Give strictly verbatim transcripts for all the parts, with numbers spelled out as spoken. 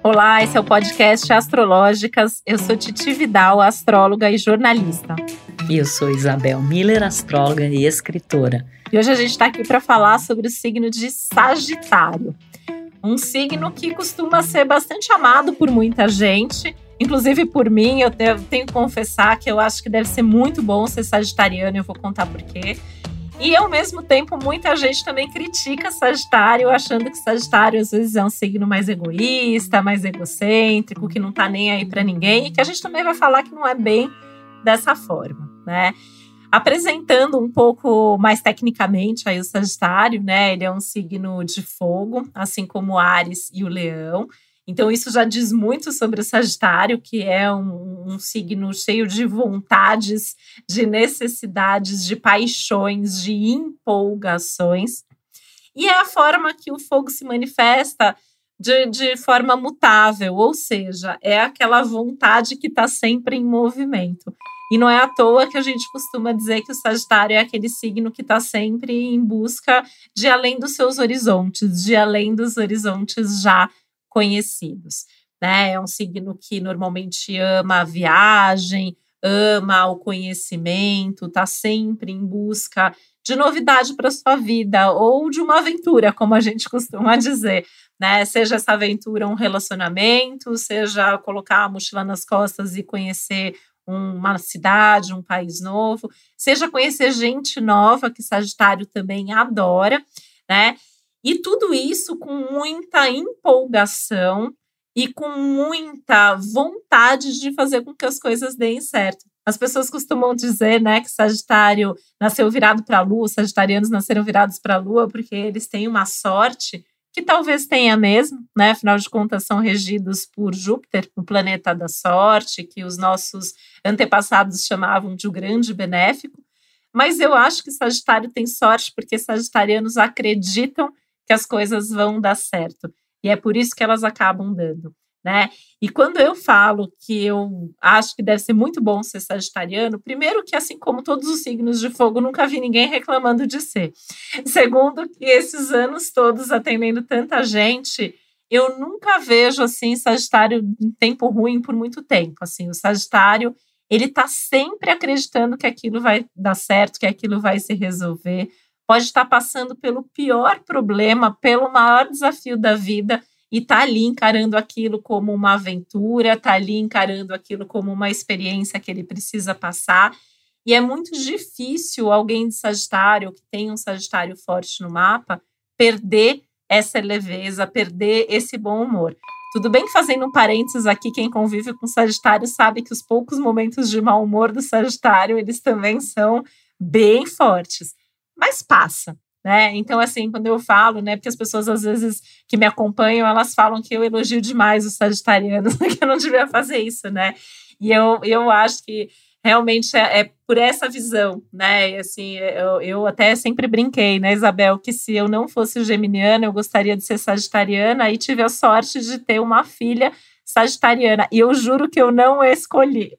Olá, esse é o podcast Astrológicas. Eu sou Titi Vidal, astróloga e jornalista. E eu sou Isabel Miller, astróloga e escritora. E hoje a gente está aqui para falar sobre o signo de Sagitário. Um signo que costuma ser bastante amado por muita gente, inclusive por mim. Eu tenho que confessar que eu acho que deve ser muito bom ser sagitariano, eu vou contar por quê. E, ao mesmo tempo, muita gente também critica Sagitário, achando que Sagitário, às vezes, é um signo mais egoísta, mais egocêntrico, que não tá nem aí para ninguém, e que a gente também vai falar que não é bem dessa forma, né? Apresentando um pouco mais tecnicamente aí o Sagitário, né? Ele é um signo de fogo, assim como o Áries e o Leão. Então, isso já diz muito sobre o Sagitário, que é um, um signo cheio de vontades, de necessidades, de paixões, de empolgações. E é a forma que o fogo se manifesta de, de forma mutável, ou seja, é aquela vontade que está sempre em movimento. E não é à toa que a gente costuma dizer que o Sagitário é aquele signo que está sempre em busca de além dos seus horizontes, de além dos horizontes já conhecidos, né? É um signo que normalmente ama a viagem, ama o conhecimento, está sempre em busca de novidade para a sua vida ou de uma aventura, como a gente costuma dizer, né? Seja essa aventura um relacionamento, seja colocar a mochila nas costas e conhecer uma cidade, um país novo, seja conhecer gente nova, que Sagitário também adora, né? E tudo isso com muita empolgação e com muita vontade de fazer com que as coisas deem certo. As pessoas costumam dizer, né, que Sagitário nasceu virado para a Lua, os sagitarianos nasceram virados para a Lua porque eles têm uma sorte, que talvez tenha mesmo, né? Afinal de contas, são regidos por Júpiter, o planeta da sorte, que os nossos antepassados chamavam de o grande benéfico. Mas eu acho que Sagitário tem sorte porque sagitarianos acreditam que as coisas vão dar certo. E é por isso que elas acabam dando, né? E quando eu falo que eu acho que deve ser muito bom ser sagitariano, primeiro que, assim como todos os signos de fogo, nunca vi ninguém reclamando de ser. Segundo, que esses anos todos atendendo tanta gente, eu nunca vejo, assim, Sagitário em tempo ruim por muito tempo. Assim, o Sagitário, ele tá sempre acreditando que aquilo vai dar certo, que aquilo vai se resolver. Pode estar passando pelo pior problema, pelo maior desafio da vida e está ali encarando aquilo como uma aventura, está ali encarando aquilo como uma experiência que ele precisa passar. E é muito difícil alguém de Sagitário, que tem um Sagitário forte no mapa, perder essa leveza, perder esse bom humor. Tudo bem que, fazendo um parênteses aqui, quem convive com Sagitário sabe que os poucos momentos de mau humor do Sagitário, eles também são bem fortes. Mas passa, né? Então, assim, quando eu falo, né, porque as pessoas, às vezes, que me acompanham, elas falam que eu elogio demais os sagitarianos, que eu não devia fazer isso, né? E eu, eu acho que realmente é, é por essa visão, né? E, assim, eu, eu até sempre brinquei, né, Isabel, que se eu não fosse geminiana, eu gostaria de ser sagitariana, e tive a sorte de ter uma filha sagitariana. E eu juro que eu não escolhi.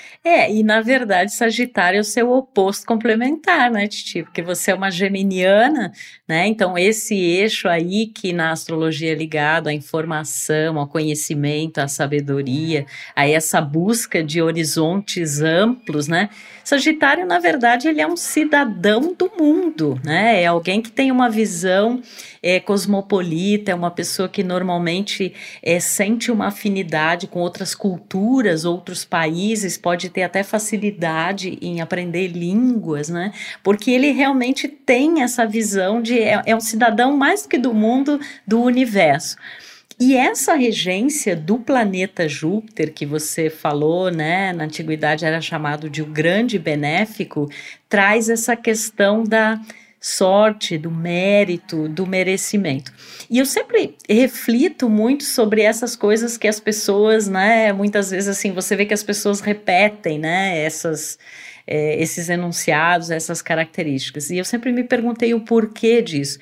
É, e na verdade Sagitário é o seu oposto complementar, né, Titi? Porque você é uma geminiana, né? Então esse eixo aí que na astrologia é ligado à informação, ao conhecimento, à sabedoria, a essa busca de horizontes amplos, né? Sagitário, na verdade, ele é um cidadão do mundo, né? É alguém que tem uma visão é, cosmopolita, é uma pessoa que normalmente é, sente uma afinidade com outras culturas, outros países, pode ter até facilidade em aprender línguas, né? Porque ele realmente tem essa visão de é, é um cidadão mais do que do mundo, do universo. E essa regência do planeta Júpiter, que você falou, né, na antiguidade era chamado de o grande benéfico, traz essa questão da sorte, do mérito, do merecimento. E eu sempre reflito muito sobre essas coisas que as pessoas, né, muitas vezes assim, você vê que as pessoas repetem, né, essas, é, esses enunciados, essas características. E eu sempre me perguntei o porquê disso.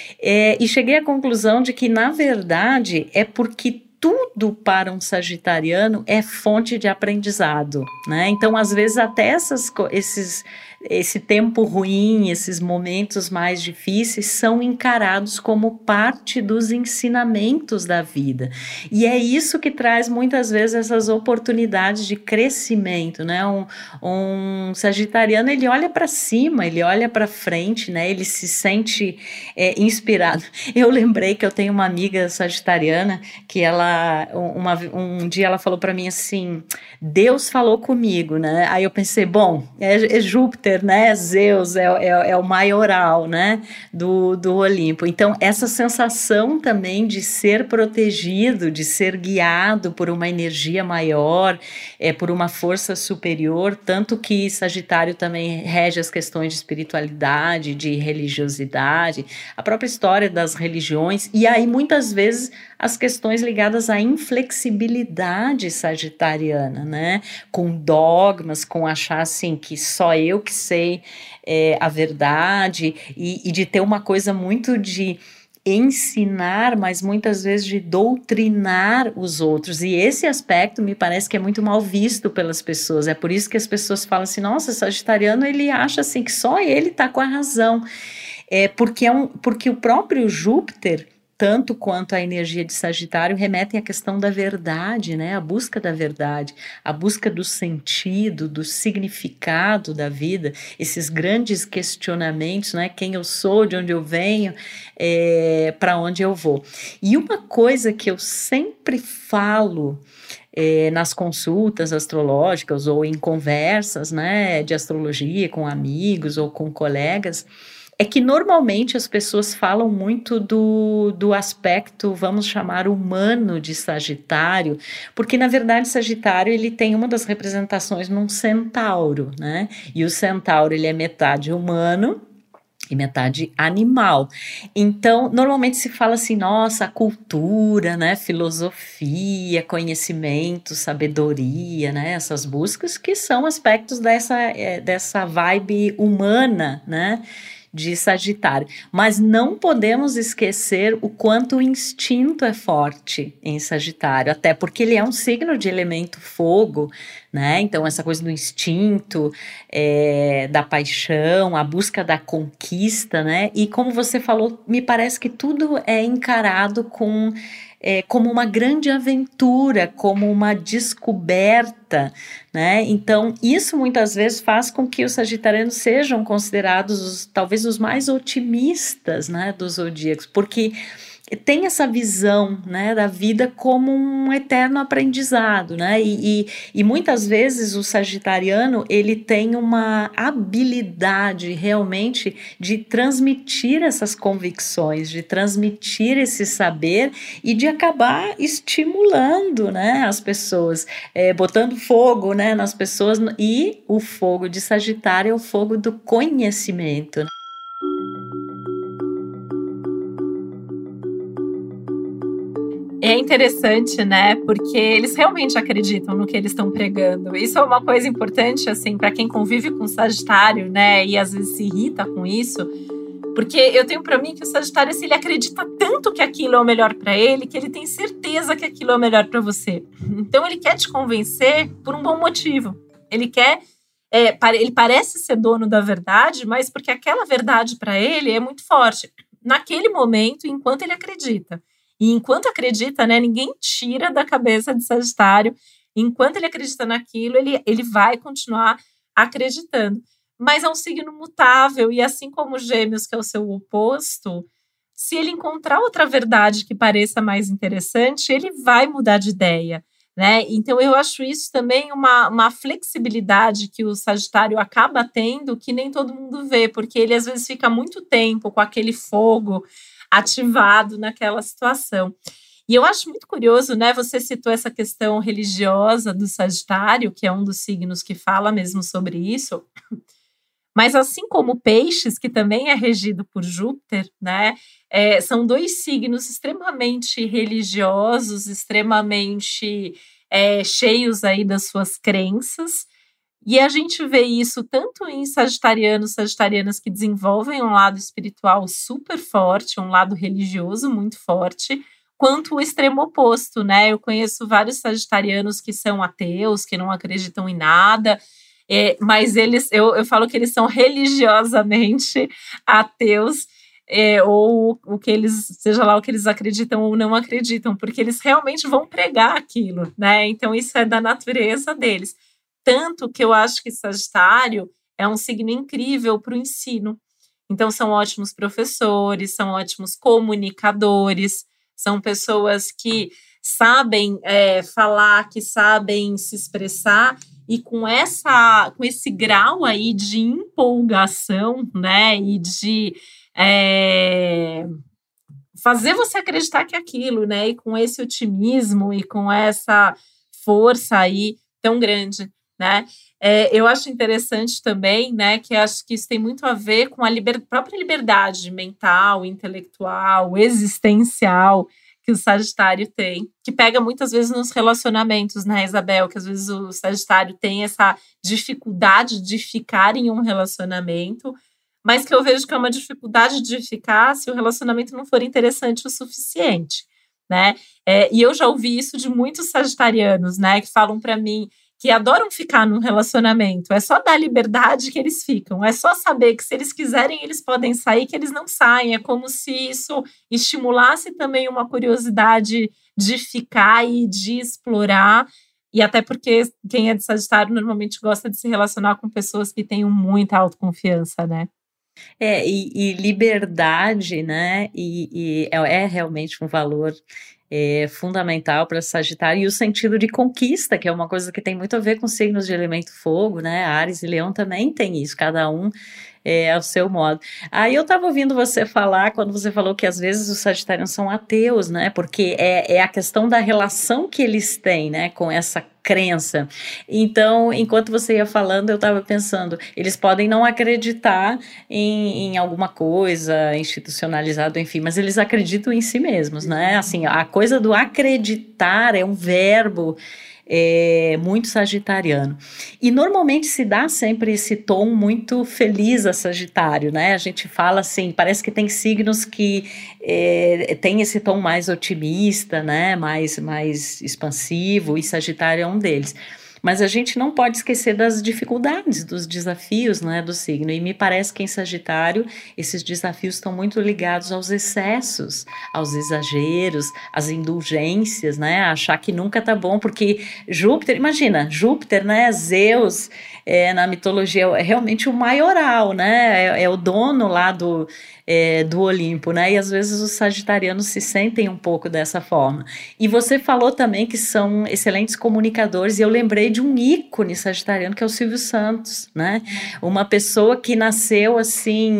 É, e cheguei à conclusão de que, na verdade, é porque tudo para um sagitariano é fonte de aprendizado, né? Então, às vezes, até essas, esses esse tempo ruim, esses momentos mais difíceis são encarados como parte dos ensinamentos da vida. E é isso que traz muitas vezes essas oportunidades de crescimento, né? Um, um sagitariano, ele olha para cima, ele olha para frente, né? Ele se sente é, inspirado. Eu lembrei que eu tenho uma amiga sagitariana que ela, uma, um dia ela falou para mim assim, Deus falou comigo, né? Aí eu pensei, bom, é, é Júpiter, né? Zeus, é, é, é o maioral, né? Do, do Olimpo. Então, essa sensação também de ser protegido, de ser guiado por uma energia maior, é, por uma força superior, tanto que Sagitário também rege as questões de espiritualidade, de religiosidade, a própria história das religiões, e aí muitas vezes as questões ligadas à inflexibilidade sagitariana, né? Com dogmas, com achar assim que só eu que sei é, a verdade, e, e de ter uma coisa muito de ensinar, mas muitas vezes de doutrinar os outros, e esse aspecto me parece que é muito mal visto pelas pessoas, é por isso que as pessoas falam assim, nossa, sagitariano, ele acha assim que só ele está com a razão, é porque, é um, porque o próprio Júpiter, tanto quanto a energia de Sagitário, remetem à questão da verdade, né? A busca da verdade, a busca do sentido, do significado da vida, esses grandes questionamentos, né? Quem eu sou, de onde eu venho, é, para onde eu vou. E uma coisa que eu sempre falo É, nas consultas astrológicas ou em conversas, né, de astrologia com amigos ou com colegas, é que normalmente as pessoas falam muito do, do aspecto, vamos chamar, humano de Sagitário, porque na verdade Sagitário ele tem uma das representações num centauro, né? E o centauro ele é metade humano e metade animal. Então, normalmente se fala assim, nossa, a cultura, né, filosofia, conhecimento, sabedoria, né, essas buscas que são aspectos dessa, é, dessa vibe humana, né, de Sagitário, mas não podemos esquecer o quanto o instinto é forte em Sagitário, até porque ele é um signo de elemento fogo, né? Então essa coisa do instinto, é, da paixão, a busca da conquista, né? E como você falou, me parece que tudo é encarado com É, como uma grande aventura, como uma descoberta, né? Então, isso muitas vezes faz com que os sagitarianos sejam considerados os, talvez os mais otimistas, né, dos zodíacos, porque tem essa visão, né, da vida como um eterno aprendizado, né, e, e, e muitas vezes o sagitariano, ele tem uma habilidade realmente de transmitir essas convicções, de transmitir esse saber e de acabar estimulando, né, as pessoas, é, botando fogo, né, nas pessoas, e o fogo de Sagitário é o fogo do conhecimento, né? É interessante, né? Porque eles realmente acreditam no que eles estão pregando. Isso é uma coisa importante, assim, para quem convive com Sagitário, né? E às vezes se irrita com isso. Porque eu tenho para mim que o Sagitário, assim, ele acredita tanto que aquilo é o melhor para ele, que ele tem certeza que aquilo é o melhor para você. Então ele quer te convencer por um bom motivo. Ele quer, é, ele parece ser dono da verdade, mas porque aquela verdade para ele é muito forte. Naquele momento, enquanto ele acredita. E enquanto acredita, né, ninguém tira da cabeça de Sagitário. Enquanto ele acredita naquilo, ele, ele vai continuar acreditando. Mas é um signo mutável, e assim como Gêmeos, que é o seu oposto, se ele encontrar outra verdade que pareça mais interessante, ele vai mudar de ideia, né? Então eu acho isso também uma, uma flexibilidade que o Sagitário acaba tendo, que nem todo mundo vê, porque ele às vezes fica muito tempo com aquele fogo ativado naquela situação. E eu acho muito curioso, né? Você citou essa questão religiosa do Sagitário, que é um dos signos que fala mesmo sobre isso. Mas assim como Peixes, que também é regido por Júpiter, né? É, são dois signos extremamente religiosos, extremamente é, cheios aí das suas crenças. E a gente vê isso tanto em sagitarianos, sagitarianas que desenvolvem um lado espiritual super forte, um lado religioso muito forte, quanto o extremo oposto, né? Eu conheço vários sagitarianos que são ateus, que não acreditam em nada, É, mas eles, eu, eu falo que eles são religiosamente ateus, é, ou o que eles, seja lá o que eles acreditam ou não acreditam, porque eles realmente vão pregar aquilo, né? Então isso é da natureza deles. Tanto que eu acho que Sagitário é um signo incrível para o ensino. Então são ótimos professores, são ótimos comunicadores, são pessoas que sabem é, falar, que sabem se expressar, e com, essa, com esse grau aí de empolgação, né, e de é, fazer você acreditar que é aquilo, né, e com esse otimismo e com essa força aí tão grande, né. É, eu acho interessante também, né, que acho que isso tem muito a ver com a liber, própria liberdade mental, intelectual, existencial, que o Sagitário tem, que pega muitas vezes nos relacionamentos, né, Isabel? Que às vezes o Sagitário tem essa dificuldade de ficar em um relacionamento, mas que eu vejo que é uma dificuldade de ficar se o relacionamento não for interessante o suficiente, né? É, e eu já ouvi isso de muitos sagitarianos, né, que falam para mim que adoram ficar num relacionamento, é só dar liberdade que eles ficam, é só saber que se eles quiserem eles podem sair, que eles não saem, é como se isso estimulasse também uma curiosidade de ficar e de explorar, e até porque quem é de Sagitário normalmente gosta de se relacionar com pessoas que tenham muita autoconfiança, né? É, e, e liberdade, né, e, e é, é realmente um valor é, fundamental para Sagitário, e o sentido de conquista, que é uma coisa que tem muito a ver com signos de elemento fogo, né, Áries e Leão também tem isso, cada um é ao seu modo. Aí eu estava ouvindo você falar, quando você falou que às vezes os sagitarianos são ateus, né, porque é, é a questão da relação que eles têm, né, com essa crença. Então, enquanto você ia falando, eu estava pensando, eles podem não acreditar em, em alguma coisa institucionalizada, enfim, mas eles acreditam em si mesmos, né? Assim, a coisa do acreditar é um verbo é, muito sagitariano. E normalmente se dá sempre esse tom muito feliz a Sagitário, né? A gente fala assim, parece que tem signos que é, tem esse tom mais otimista, né? Mais, mais expansivo, e Sagitário é um deles. Mas a gente não pode esquecer das dificuldades, dos desafios, né, do signo. E me parece que em Sagitário esses desafios estão muito ligados aos excessos, aos exageros, às indulgências, né? Achar que nunca tá bom, porque Júpiter, imagina, Júpiter, né? Zeus, é, na mitologia é realmente o maioral, né? É, é o dono lá do, é, do Olimpo, né? E às vezes os sagitarianos se sentem um pouco dessa forma. E você falou também que são excelentes comunicadores, e eu lembrei de um ícone sagitariano que é o Silvio Santos, né? Uma pessoa que nasceu assim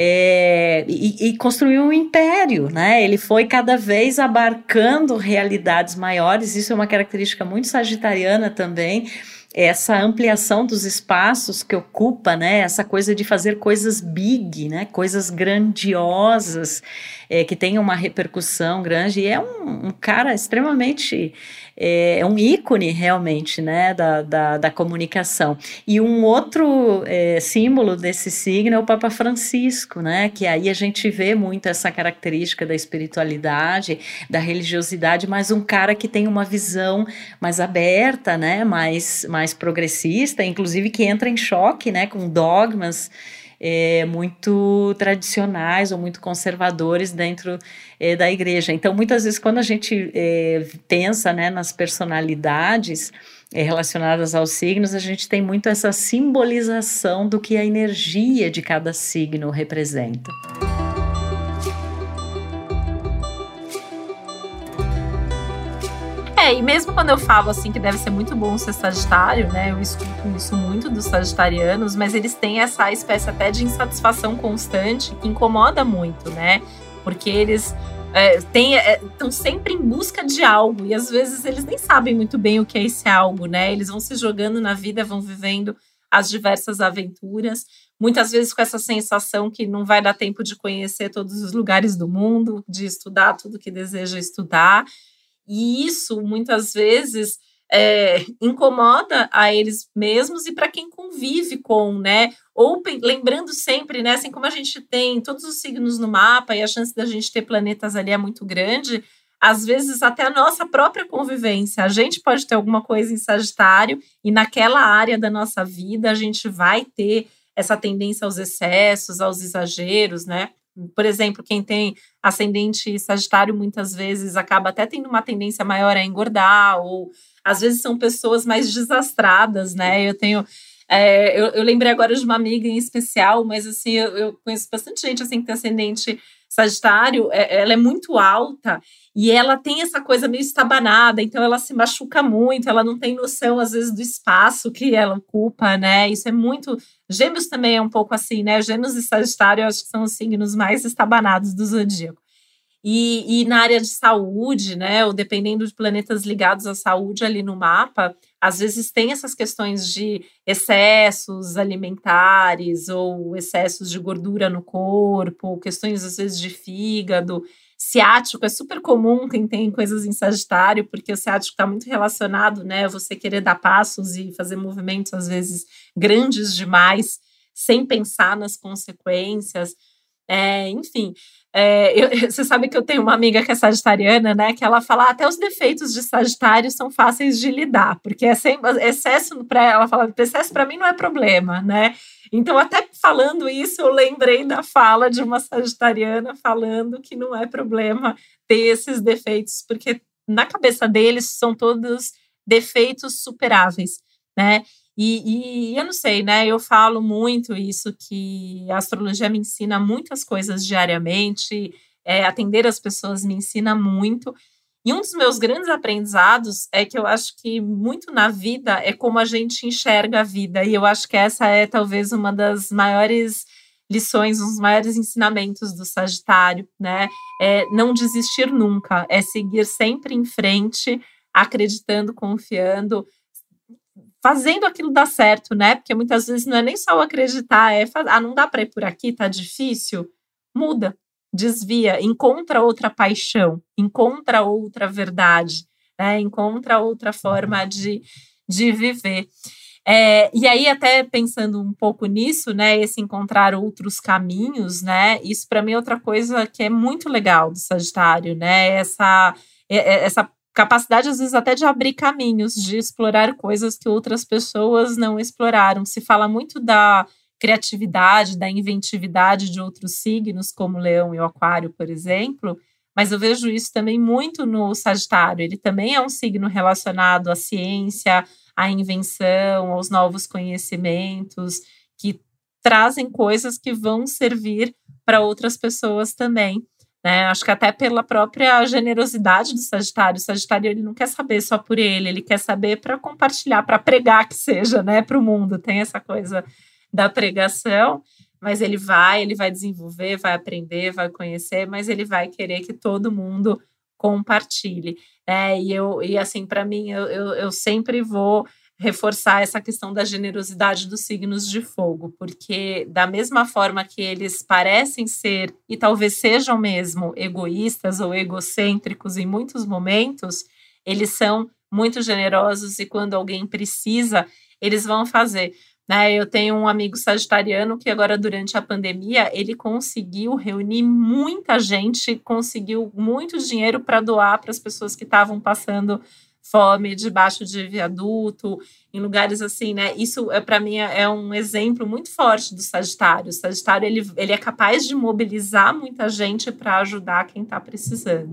é, e, e construiu um império, né? Ele foi cada vez abarcando realidades maiores, isso é uma característica muito sagitariana também, essa ampliação dos espaços que ocupa, né, essa coisa de fazer coisas big, né, coisas grandiosas, é, que tenham uma repercussão grande, e é um, um cara extremamente, é, é um ícone realmente, né, da, da, da comunicação. E um outro é, símbolo desse signo é o Papa Francisco, né, que aí a gente vê muito essa característica da espiritualidade, da religiosidade, mas um cara que tem uma visão mais aberta, né, mais, mais progressista, inclusive que entra em choque, né, com dogmas é, muito tradicionais ou muito conservadores dentro é, da igreja. Então, muitas vezes, quando a gente é, pensa, né, nas personalidades é, relacionadas aos signos, a gente tem muito essa simbolização do que a energia de cada signo representa. É, e mesmo quando eu falo assim que deve ser muito bom ser Sagitário, né? Eu escuto isso muito dos sagitarianos, mas eles têm essa espécie até de insatisfação constante que incomoda muito, né? Porque eles estão é, sempre em busca de algo, e às vezes eles nem sabem muito bem o que é esse algo, né? Eles vão se jogando na vida, vão vivendo as diversas aventuras, muitas vezes com essa sensação que não vai dar tempo de conhecer todos os lugares do mundo, de estudar tudo que deseja estudar. E isso, muitas vezes, é, incomoda a eles mesmos e para quem convive com, né? Ou lembrando sempre, né? Assim como a gente tem todos os signos no mapa e a chance da gente ter planetas ali é muito grande, às vezes até a nossa própria convivência. A gente pode ter alguma coisa em Sagitário e naquela área da nossa vida a gente vai ter essa tendência aos excessos, aos exageros, né? Por exemplo, quem tem ascendente Sagitário muitas vezes acaba até tendo uma tendência maior a engordar, ou às vezes são pessoas mais desastradas, né? Eu tenho... É, eu, eu lembrei agora de uma amiga em especial, mas assim, eu, eu conheço bastante gente assim, que tem ascendente Sagitário, é, ela é muito alta e ela tem essa coisa meio estabanada, então ela se machuca muito, ela não tem noção, às vezes, do espaço que ela ocupa, né? Isso é muito... Gêmeos também é um pouco assim, né? Gêmeos e Sagitário, eu acho que são os signos mais estabanados do zodíaco. E, e na área de saúde, né? Ou dependendo de planetas ligados à saúde ali no mapa, às vezes tem essas questões de excessos alimentares ou excessos de gordura no corpo, questões às vezes de fígado. Ciático é super comum quem tem coisas em Sagitário, porque o ciático está muito relacionado, né? Você querer dar passos e fazer movimentos às vezes grandes demais, sem pensar nas consequências. É, enfim, é, eu, você sabe que eu tenho uma amiga que é sagitariana, né? Que ela fala, ah, até os defeitos de Sagitário são fáceis de lidar, porque é sem, excesso para ela fala, excesso para mim não é problema, né? Então, até falando isso, eu lembrei da fala de uma sagitariana falando que não é problema ter esses defeitos, porque na cabeça deles são todos defeitos superáveis, né? E, e eu não sei, né? Eu falo muito isso, que a astrologia me ensina muitas coisas diariamente, é, atender as pessoas me ensina muito. E um dos meus grandes aprendizados é que eu acho que muito na vida é como a gente enxerga a vida. E eu acho que essa é talvez uma das maiores lições, um dos maiores ensinamentos do Sagitário, né? É não desistir nunca, é seguir sempre em frente, acreditando, confiando, fazendo aquilo dar certo, né? Porque muitas vezes não é nem só o acreditar, é fazer, ah, não dá para ir por aqui, tá difícil, muda. Desvia, encontra outra paixão, encontra outra verdade, né? Encontra outra forma de, de viver. É, e aí, até pensando um pouco nisso, né? Esse encontrar outros caminhos, né? Isso para mim é outra coisa que é muito legal do Sagitário, né? Essa, essa capacidade, às vezes, até de abrir caminhos, de explorar coisas que outras pessoas não exploraram. Se fala muito da criatividade, da inventividade de outros signos, como o Leão e o Aquário, por exemplo, mas eu vejo isso também muito no Sagitário. Ele também é um signo relacionado à ciência, à invenção, aos novos conhecimentos, que trazem coisas que vão servir para outras pessoas também, né? Acho que até pela própria generosidade do Sagitário. O Sagitário, ele não quer saber só por ele, ele quer saber para compartilhar, para pregar que seja, né, para o mundo. Tem essa coisa da pregação, mas ele vai, ele vai desenvolver, vai aprender, vai conhecer, mas ele vai querer que todo mundo compartilhe, né? E eu, e assim, para mim, eu, eu, eu sempre vou reforçar essa questão da generosidade dos signos de fogo, porque da mesma forma que eles parecem ser, e talvez sejam mesmo egoístas ou egocêntricos em muitos momentos, eles são muito generosos e quando alguém precisa, eles vão fazer. Né, eu tenho um amigo sagitariano que agora, durante a pandemia, ele conseguiu reunir muita gente, conseguiu muito dinheiro para doar para as pessoas que estavam passando fome debaixo de viaduto, em lugares assim, né? Isso, é, para mim, é um exemplo muito forte do Sagitário. O Sagitário, ele, ele é capaz de mobilizar muita gente para ajudar quem está precisando.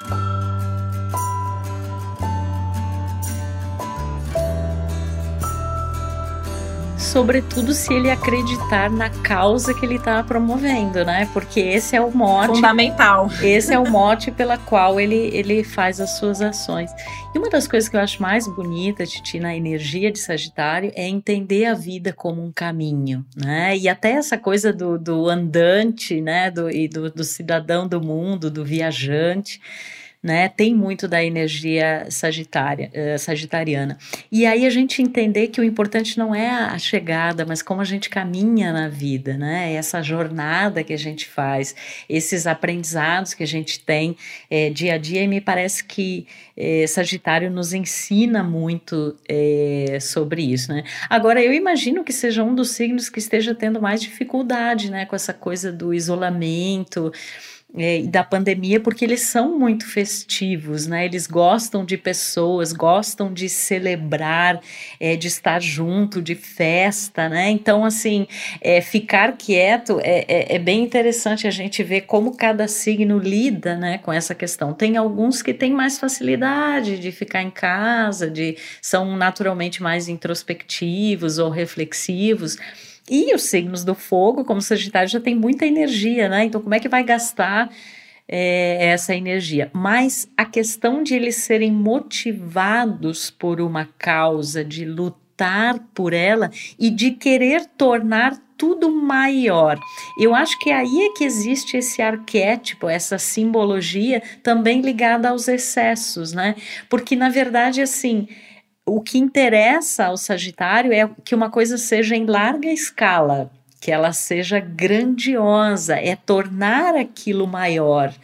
Sobretudo se ele acreditar na causa que ele está promovendo, né? Porque esse é o mote... Fundamental. Esse é o mote pela qual ele, ele faz as suas ações. E uma das coisas que eu acho mais bonita, Titi, na energia de Sagitário é entender a vida como um caminho, né? E até essa coisa do, do andante, né? Do, e do, do cidadão do mundo, do viajante, né, tem muito da energia sagitária, uh, sagitariana. E aí a gente entender que o importante não é a chegada, mas como a gente caminha na vida, né? Essa jornada que a gente faz, esses aprendizados que a gente tem é, dia a dia, e me parece que é, Sagitário nos ensina muito é, sobre isso, né? Agora, eu imagino que seja um dos signos que esteja tendo mais dificuldade, né, com essa coisa do isolamento. é, e da pandemia, porque eles são muito festivos, né? Eles gostam de pessoas, gostam de celebrar, é, de estar junto, de festa, né? Então, assim, é, ficar quieto é, é, é bem interessante a gente ver como cada signo lida, né, com essa questão. Tem alguns que têm mais facilidade de ficar em casa, de, são naturalmente mais introspectivos ou reflexivos. E os signos do fogo, como Sagitário, já tem muita energia, né? Então, como é que vai gastar é, essa energia? Mas a questão de eles serem motivados por uma causa, de lutar por ela e de querer tornar tudo maior. Eu acho que aí é que existe esse arquétipo, essa simbologia também ligada aos excessos, né? Porque, na verdade, assim, o que interessa ao Sagitário é que uma coisa seja em larga escala, que ela seja grandiosa, é tornar aquilo maior.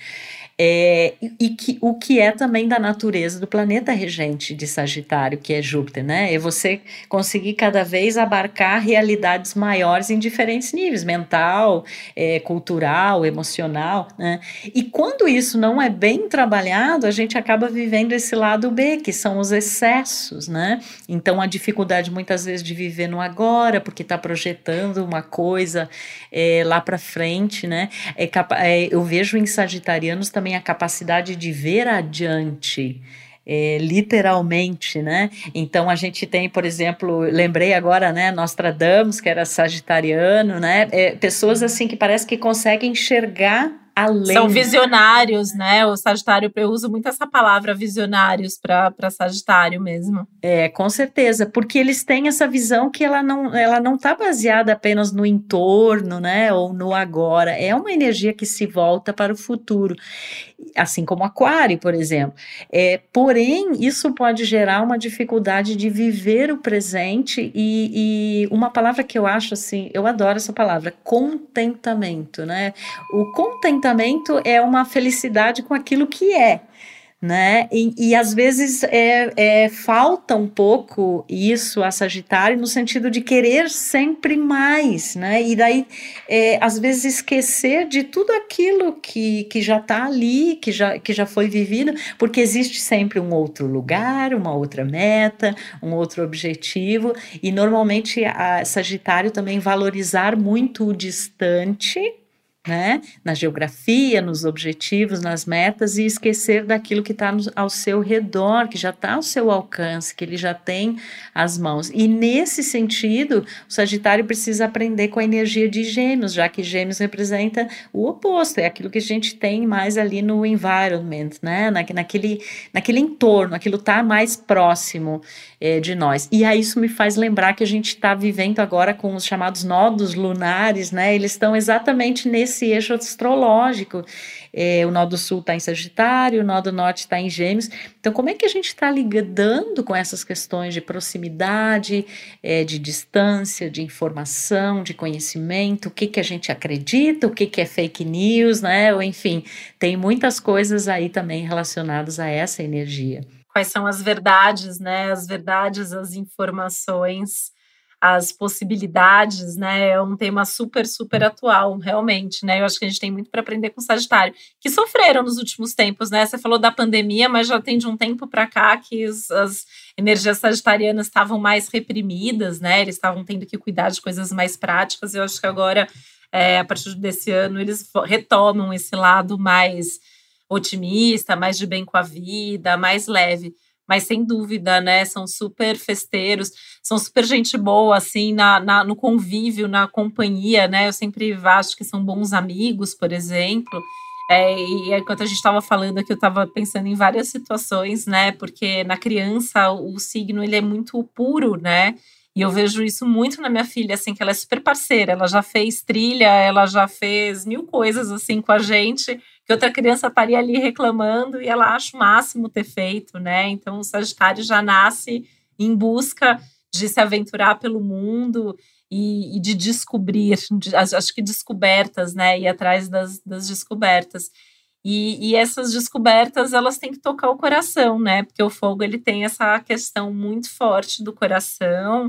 É, e que, o que é também da natureza do planeta regente de Sagitário, que é Júpiter, né? É você conseguir cada vez abarcar realidades maiores em diferentes níveis, mental, é, cultural, emocional, né? E quando isso não é bem trabalhado, a gente acaba vivendo esse lado B, que são os excessos, né? Então, a dificuldade muitas vezes de viver no agora, porque está projetando uma coisa é, lá para frente, né? É, é, eu vejo em sagitarianos também a capacidade de ver adiante, é, literalmente, né? Então a gente tem, por exemplo, lembrei agora, né, Nostradamus, que era sagitariano, né? É, pessoas assim que parece que conseguem enxergar além. São visionários, né? O Sagitário, eu uso muito essa palavra visionários para Sagitário mesmo. É, com certeza, porque eles têm essa visão que ela não ela não está baseada apenas no entorno, né, ou no agora, é uma energia que se volta para o futuro, assim como Aquário, por exemplo. É, porém, isso pode gerar uma dificuldade de viver o presente e, e uma palavra que eu acho assim, eu adoro essa palavra, contentamento, né? O contentamento é uma felicidade com aquilo que é, né? E, e às vezes é, é, falta um pouco isso a Sagitário no sentido de querer sempre mais, né? E daí é, às vezes esquecer de tudo aquilo que, que já está ali, que já, que já foi vivido, porque existe sempre um outro lugar, uma outra meta, um outro objetivo, e normalmente a Sagitário também valorizar muito o distante, né, na geografia, nos objetivos, nas metas, e esquecer daquilo que está ao seu redor, que já está ao seu alcance, que ele já tem as mãos. E nesse sentido, o Sagitário precisa aprender com a energia de Gêmeos, já que Gêmeos representa o oposto, é aquilo que a gente tem mais ali no environment, né, na, naquele, naquele entorno, aquilo está mais próximo é, de nós. E aí isso me faz lembrar que a gente está vivendo agora com os chamados nodos lunares, né, eles estão exatamente nesse esse eixo astrológico, é, o nó do sul está em Sagitário, o nó do norte está em Gêmeos. Então, como é que a gente está lidando com essas questões de proximidade, é, de distância, de informação, de conhecimento, o que, que a gente acredita, o que, que é fake news, né? Ou, enfim, tem muitas coisas aí também relacionadas a essa energia. Quais são as verdades, né? As verdades, as informações, as possibilidades, né, é um tema super, super atual, realmente, né, eu acho que a gente tem muito para aprender com o Sagitário, que sofreram nos últimos tempos, né, você falou da pandemia, mas já tem de um tempo para cá que os, as energias sagitarianas estavam mais reprimidas, né, eles estavam tendo que cuidar de coisas mais práticas, eu acho que agora, é, a partir desse ano, eles retomam esse lado mais otimista, mais de bem com a vida, mais leve. Mas sem dúvida, né, são super festeiros, são super gente boa, assim, na, na, no convívio, na companhia, né, eu sempre acho que são bons amigos, por exemplo, é, e enquanto a gente estava falando aqui, eu estava pensando em várias situações, né, porque na criança o signo, ele é muito puro, né, e eu vejo isso muito na minha filha, assim, que ela é super parceira, ela já fez trilha, ela já fez mil coisas, assim, com a gente, que outra criança estaria ali reclamando e ela acha o máximo ter feito, né? Então, o Sagitário já nasce em busca de se aventurar pelo mundo e, e de descobrir, de, acho que descobertas, né? Ir atrás das, das descobertas. E, e essas descobertas, elas têm que tocar o coração, né? Porque o fogo, ele tem essa questão muito forte do coração,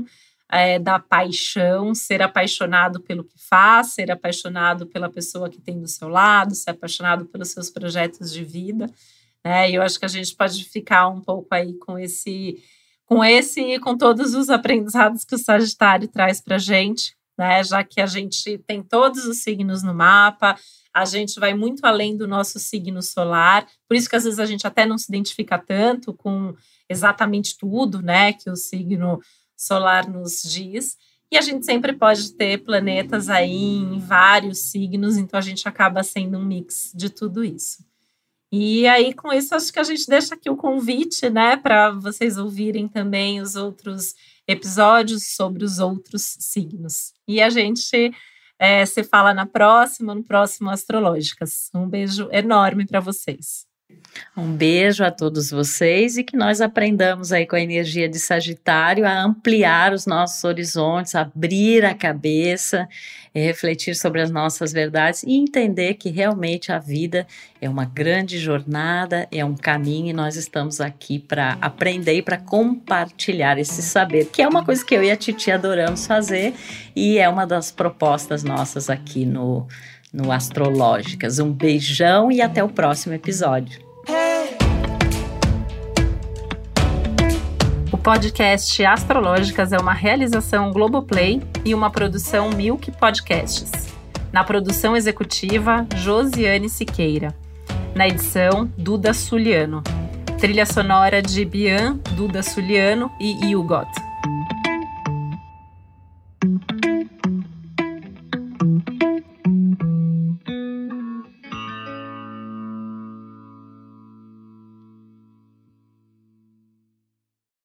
é, da paixão, ser apaixonado pelo que faz, ser apaixonado pela pessoa que tem do seu lado, ser apaixonado pelos seus projetos de vida, né? E eu acho que a gente pode ficar um pouco aí com esse, com esse e com todos os aprendizados que o Sagitário traz para a gente, né? Já que a gente tem todos os signos no mapa, a gente vai muito além do nosso signo solar, por isso que às vezes a gente até não se identifica tanto com exatamente tudo, né, que o signo solar nos diz, e a gente sempre pode ter planetas aí em vários signos, então a gente acaba sendo um mix de tudo isso. E aí, com isso, acho que a gente deixa aqui o convite, né, para vocês ouvirem também os outros episódios sobre os outros signos. E a gente é, se fala na próxima, no próximo Astrológicas. Um beijo enorme para vocês. Um beijo a todos vocês e que nós aprendamos aí com a energia de Sagitário a ampliar os nossos horizontes, abrir a cabeça, refletir sobre as nossas verdades e entender que realmente a vida é uma grande jornada, é um caminho e nós estamos aqui para aprender e para compartilhar esse saber, que é uma coisa que eu e a Titi adoramos fazer e é uma das propostas nossas aqui no no Astrológicas. Um beijão e até o próximo episódio. O podcast Astrológicas é uma realização Globoplay e uma produção Milk Podcasts. Na produção executiva, Josiane Siqueira. Na edição, Duda Suliano. Trilha sonora de Bian, Duda Suliano e Hugot.